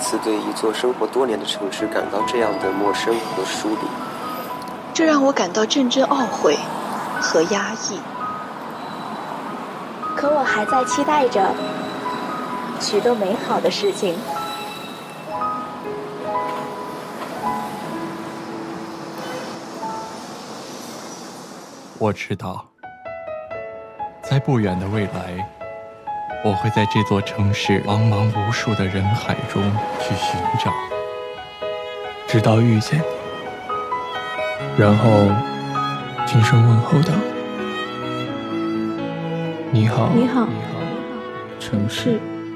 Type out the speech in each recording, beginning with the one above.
次对一座生活多年的城市感到这样的陌生和疏离， 这让我感到阵阵懊悔和压抑。 可我还在期待着许多美好的事情。 我知道，在不远的未来，我会在这座城市茫茫无数的人海中去寻找，直到遇见你，然后轻声问候道：你好， 你好， 城市。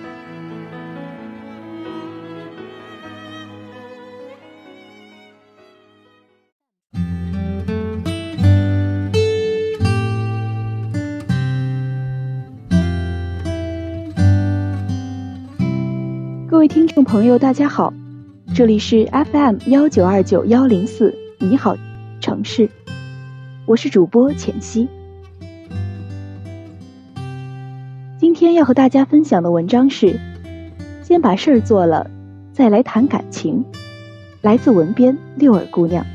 各位听众朋友大家好，这里是 FM1929104 你好城市，我是主播浅溪。今天要和大家分享的文章是先把事儿做了再来谈感情，来自文编六耳姑娘。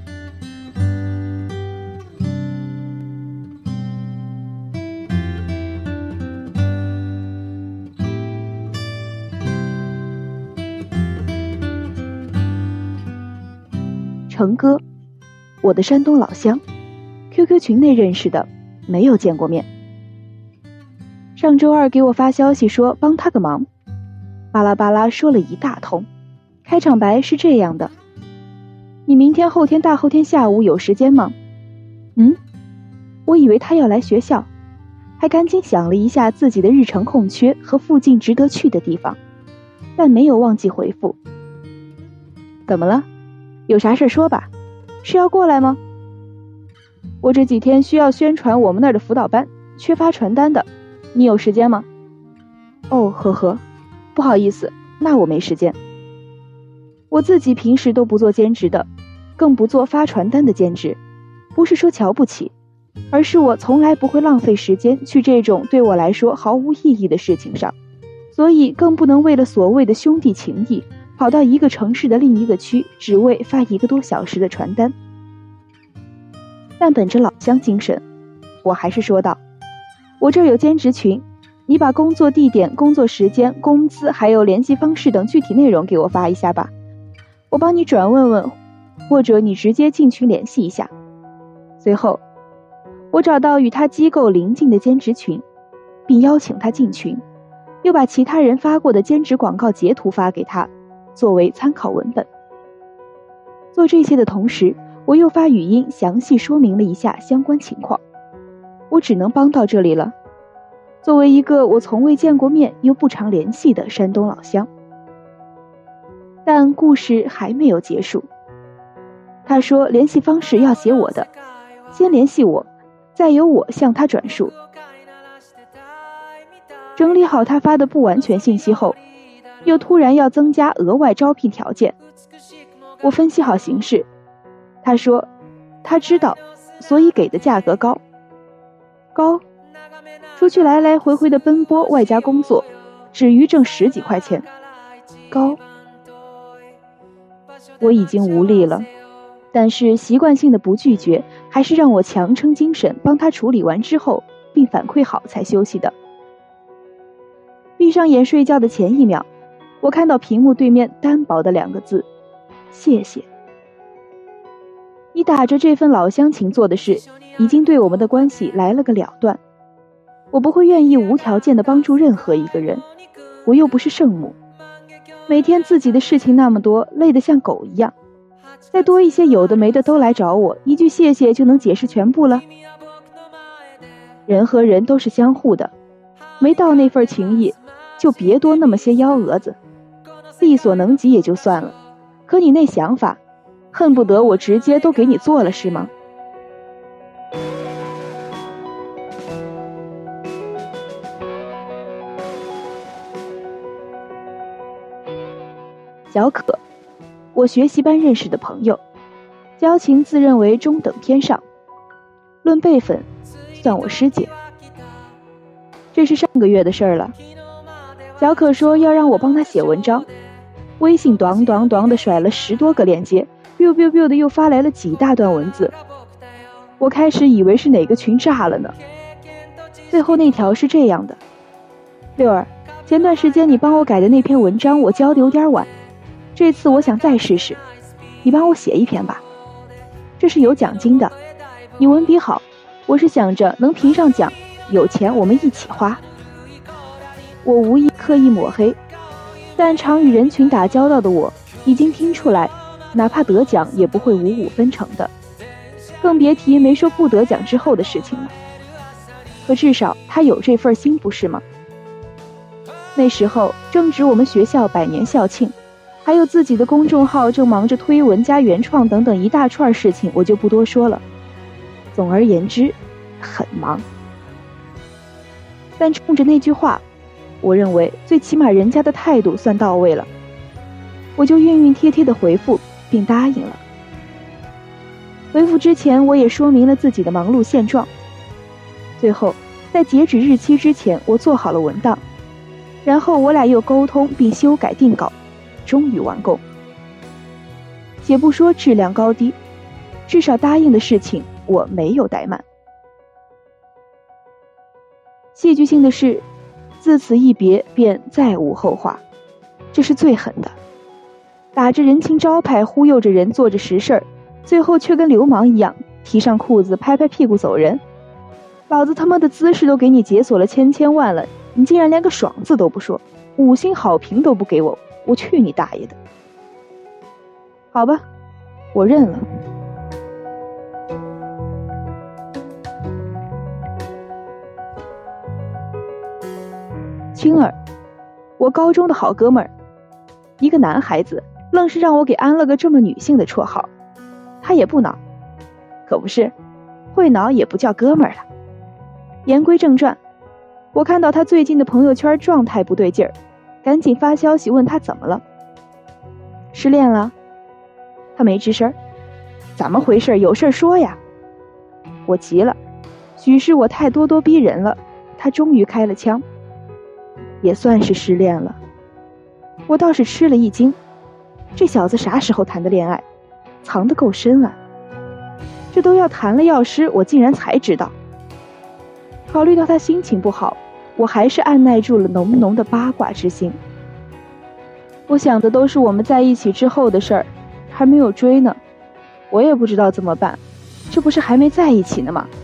成哥，我的山东老乡， QQ 群内认识的，没有见过面。上周二给我发消息说帮他个忙，巴拉巴拉说了一大通，开场白是这样的：你明天后天大后天下午有时间吗？我以为他要来学校，还赶紧想了一下自己的日程空缺和附近值得去的地方，但没有忘记回复。怎么了？有啥事说吧，是要过来吗？我这几天需要宣传我们那儿的辅导班，缺发传单的，你有时间吗？哦，呵呵，不好意思，那我没时间。我自己平时都不做兼职的，更不做发传单的兼职，不是说瞧不起，而是我从来不会浪费时间去这种对我来说毫无意义的事情上，所以更不能为了所谓的兄弟情谊跑到一个城市的另一个区，只为发1个多小时的传单。但本着老乡精神，我还是说道：我这儿有兼职群，你把工作地点、工作时间、工资还有联系方式等具体内容给我发一下吧，我帮你转问问，或者你直接进群联系一下。随后我找到与他机构邻近的兼职群，并邀请他进群，又把其他人发过的兼职广告截图发给他作为参考文本。做这些的同时，我又发语音详细说明了一下相关情况。我只能帮到这里了，作为一个我从未见过面又不常联系的山东老乡。但故事还没有结束，他说联系方式要写我的，先联系我，再由我向他转述。整理好他发的不完全信息后，又突然要增加额外招聘条件。我分析好形势，他说他知道，所以给的价格高。出去来来回回的奔波外加工作，至于挣10几块钱，高。我已经无力了，但是习惯性的不拒绝，还是让我强撑精神帮他处理完之后，并反馈好才休息的。闭上眼睡觉的前1秒，我看到屏幕对面单薄的2个字：谢谢。你打着这份老乡情做的事，已经对我们的关系来了个了断。我不会愿意无条件的帮助任何一个人，我又不是圣母，每天自己的事情那么多，累得像狗一样，再多一些有的没的都来找我，一句谢谢就能解释全部了？人和人都是相互的，没到那份情谊，就别多那么些幺蛾子，力所能及也就算了，可你那想法，恨不得我直接都给你做了是吗？小可，我学习班认识的朋友，交情自认为中等偏上，论辈分算我师姐。这是上个月的事儿了。小可说要让我帮他写文章， 微信短的甩了10多个链接 biu biu biu 的又发来了几大段文字。我开始以为是哪个群炸了呢。最后那条是这样的：六儿，前段时间你帮我改的那篇文章我交的有点晚，这次我想再试试，你帮我写一篇吧，这是有奖金的，你文笔好，我是想着能评上奖，有钱我们一起花。我无意刻意抹黑，但常与人群打交道的我已经听出来，哪怕得奖也不会5-5分成的，更别提没说不得奖之后的事情了。可至少他有这份心，不是吗？那时候正值我们学校100年校庆，还有自己的公众号正忙着推文加原创等等一大串事情，我就不多说了。总而言之，很忙。但冲着那句话，我认为最起码人家的态度算到位了，我就晕晕贴贴的回复并答应了。回复之前我也说明了自己的忙碌现状，最后在截止日期之前我做好了文档，然后我俩又沟通并修改定稿，终于完工。且不说质量高低，至少答应的事情我没有怠慢。戏剧性的是，自此一别便再无后话，这是最狠的。打着人情招牌忽悠着人做着实事儿，最后却跟流氓一样提上裤子拍拍屁股走人。老子他妈的姿势都给你解锁了千万了，你竟然连个爽字都不说，5星好评都不给我，我去你大爷的！好吧，我认了。青儿，我高中的好哥们儿，一个男孩子，愣是让我给安了个这么女性的绰号。他也不恼，可不是，会恼也不叫哥们儿了。言归正传，我看到他最近的朋友圈状态不对劲儿，赶紧发消息问他怎么了。失恋了？他没吱声。怎么回事？有事说呀。我急了，许是我太咄咄逼人了，他终于开了枪。也算是失恋了。我倒是吃了一惊，这小子啥时候谈的恋爱，藏得够深啊。这都要谈了药师，我竟然才知道。考虑到他心情不好，我还是按耐住了浓浓的八卦之心。我想的都是我们在一起之后的事儿，还没有追呢，我也不知道怎么办，这不是还没在一起呢吗？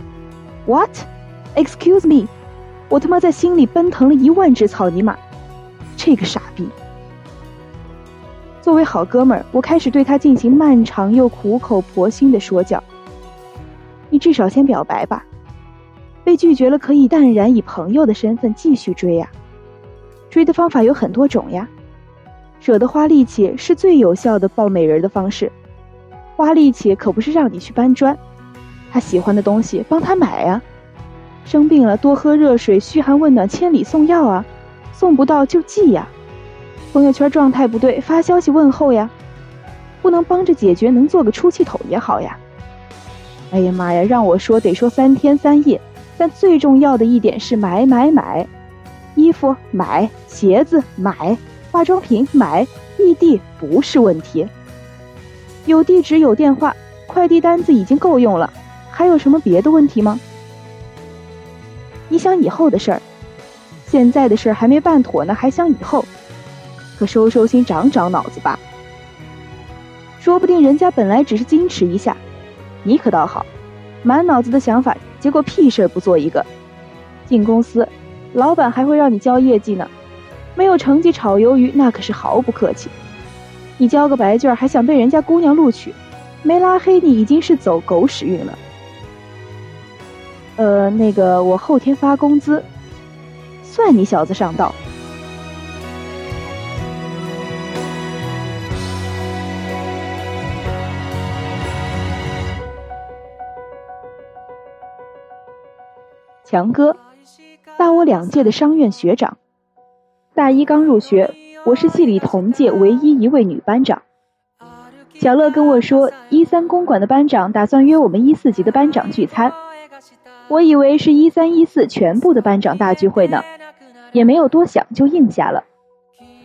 What? Excuse me? 我他妈在心里奔腾了10000只草泥马，这个傻逼！作为好哥们儿，我开始对他进行漫长又苦口婆心的说教。你至少先表白吧，被拒绝了可以淡然以朋友的身份继续追呀。追的方法有很多种呀，舍得花力气是最有效的抱美人的方式。花力气可不是让你去搬砖，他喜欢的东西帮他买呀。生病了多喝热水，嘘寒问暖千里送药啊，送不到就寄呀。朋友圈状态不对，发消息问候呀。不能帮着解决，能做个出气筒也好呀。哎呀妈呀，让我说得说3天3夜，但最重要的一点是买。衣服买，鞋子买，化妆品买，异地不是问题。有地址有电话，快递单子已经够用了，还有什么别的问题吗？你想以后的事儿，现在的事儿还没办妥呢，还想以后，可收心，长脑子吧。说不定人家本来只是矜持一下，你可倒好，满脑子的想法，结果屁事儿不做一个。进公司，老板还会让你交业绩呢，没有成绩炒鱿鱼，那可是毫不客气。你交个白卷还想被人家姑娘录取，没拉黑你已经是走狗屎运了。那个我后天发工资，算你小子上道。强哥，大我2届的商院学长，大一刚入学，我是系里同届唯一一位女班长。小乐跟我说，13公馆的班长打算约我们14级的班长聚餐。我以为是13、14全部的班长大聚会呢，也没有多想就应下了。毕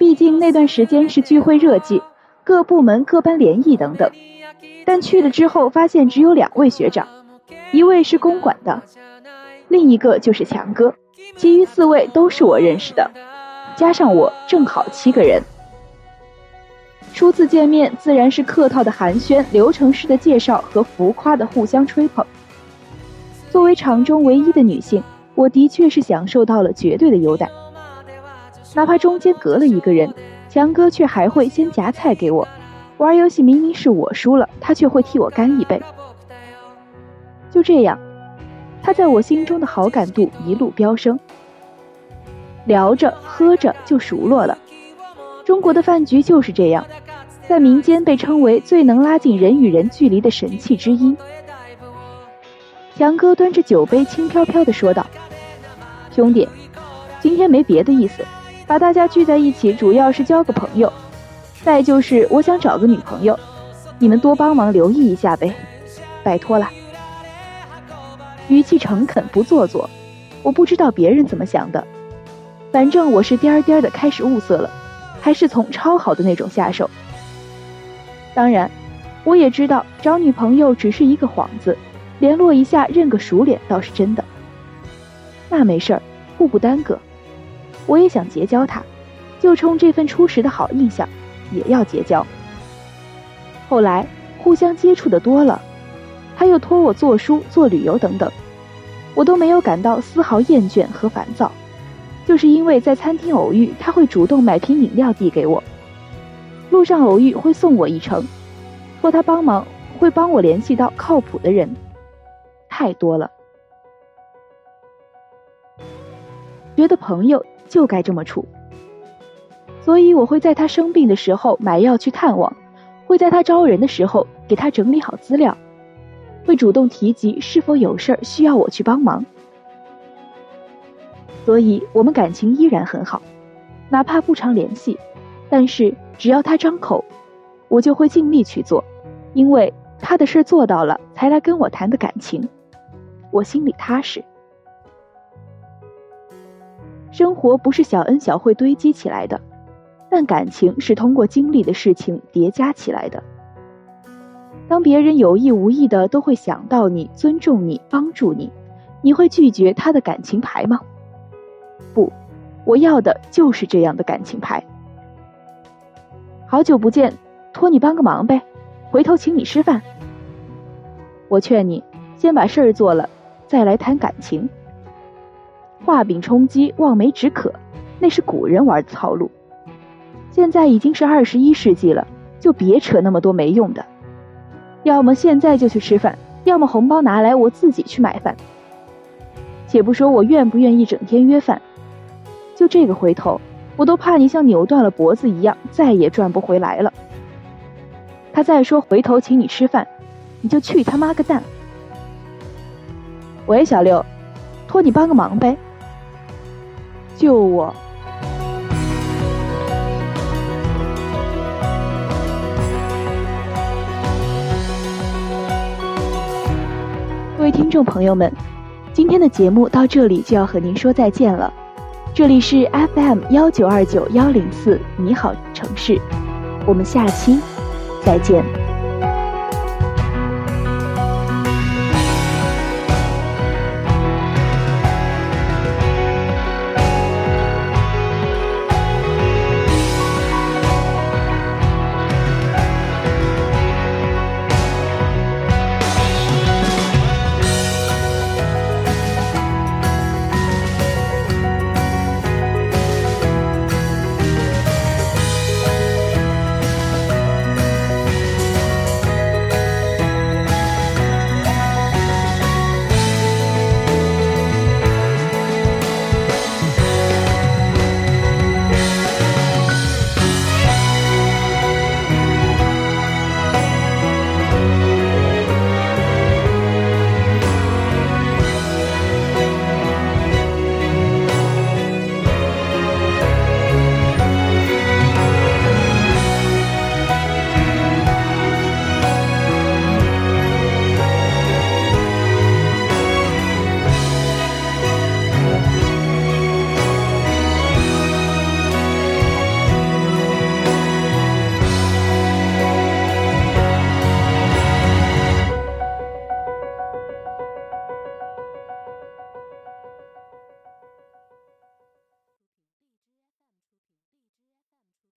毕竟那段时间是聚会热季，各部门各班联谊等等。但去了之后发现只有2位学长，一位是公馆的，另一个就是强哥，其余4位都是我认识的，加上我正好7个人。初次见面自然是客套的寒暄、流程式的介绍和浮夸的互相吹捧。作为场中唯一的女性，我的确是享受到了绝对的优待。哪怕中间隔了一个人，强哥却还会先夹菜给我，玩游戏明明是我输了，他却会替我干一杯。就这样，他在我心中的好感度一路飙升。聊着喝着就熟络了。中国的饭局就是这样，在民间被称为最能拉近人与人距离的神器之一。强哥端着酒杯轻飘飘地说道：兄弟，今天没别的意思，把大家聚在一起主要是交个朋友，再就是我想找个女朋友，你们多帮忙留意一下呗，拜托了。语气诚恳不做作，我不知道别人怎么想的，反正我是颠颠的开始物色了，还是从超好的那种下手。当然我也知道找女朋友只是一个幌子，联络一下认个熟脸倒是真的。那没事儿，互不耽搁，我也想结交她，就冲这份初识的好印象也要结交。后来互相接触的多了，他又托我做书做旅游等等，我都没有感到丝毫厌倦和烦躁，就是因为在餐厅偶遇，他会主动买瓶饮料递给我，路上偶遇会送我一程，托他帮忙会帮我联系到靠谱的人，太多了。觉得朋友就该这么处，所以我会在他生病的时候买药去探望，会在他招人的时候给他整理好资料，会主动提及是否有事儿需要我去帮忙。所以我们感情依然很好，哪怕不常联系，但是只要他张口，我就会尽力去做，因为他的事做到了才来跟我谈的感情，我心里踏实。生活不是小恩小惠堆积起来的，但感情是通过经历的事情叠加起来的。当别人有意无意的都会想到你、尊重你、帮助你，你会拒绝他的感情牌吗？不，我要的就是这样的感情牌。好久不见，托你帮个忙呗，回头请你吃饭。我劝你先把事儿做了，再来谈感情。画饼充饥，望梅止渴，那是古人玩的套路。现在已经是21世纪了，就别扯那么多没用的。要么现在就去吃饭，要么红包拿来我自己去买饭。且不说我愿不愿意整天约饭，就这个回头，我都怕你像扭断了脖子一样，再也转不回来了。他再说回头请你吃饭，你就去他妈个蛋！喂，小六，托你帮个忙呗，救我！各位听众朋友们，今天的节目到这里就要和您说再见了。这里是 FM1929104，你好城市，我们下期再见。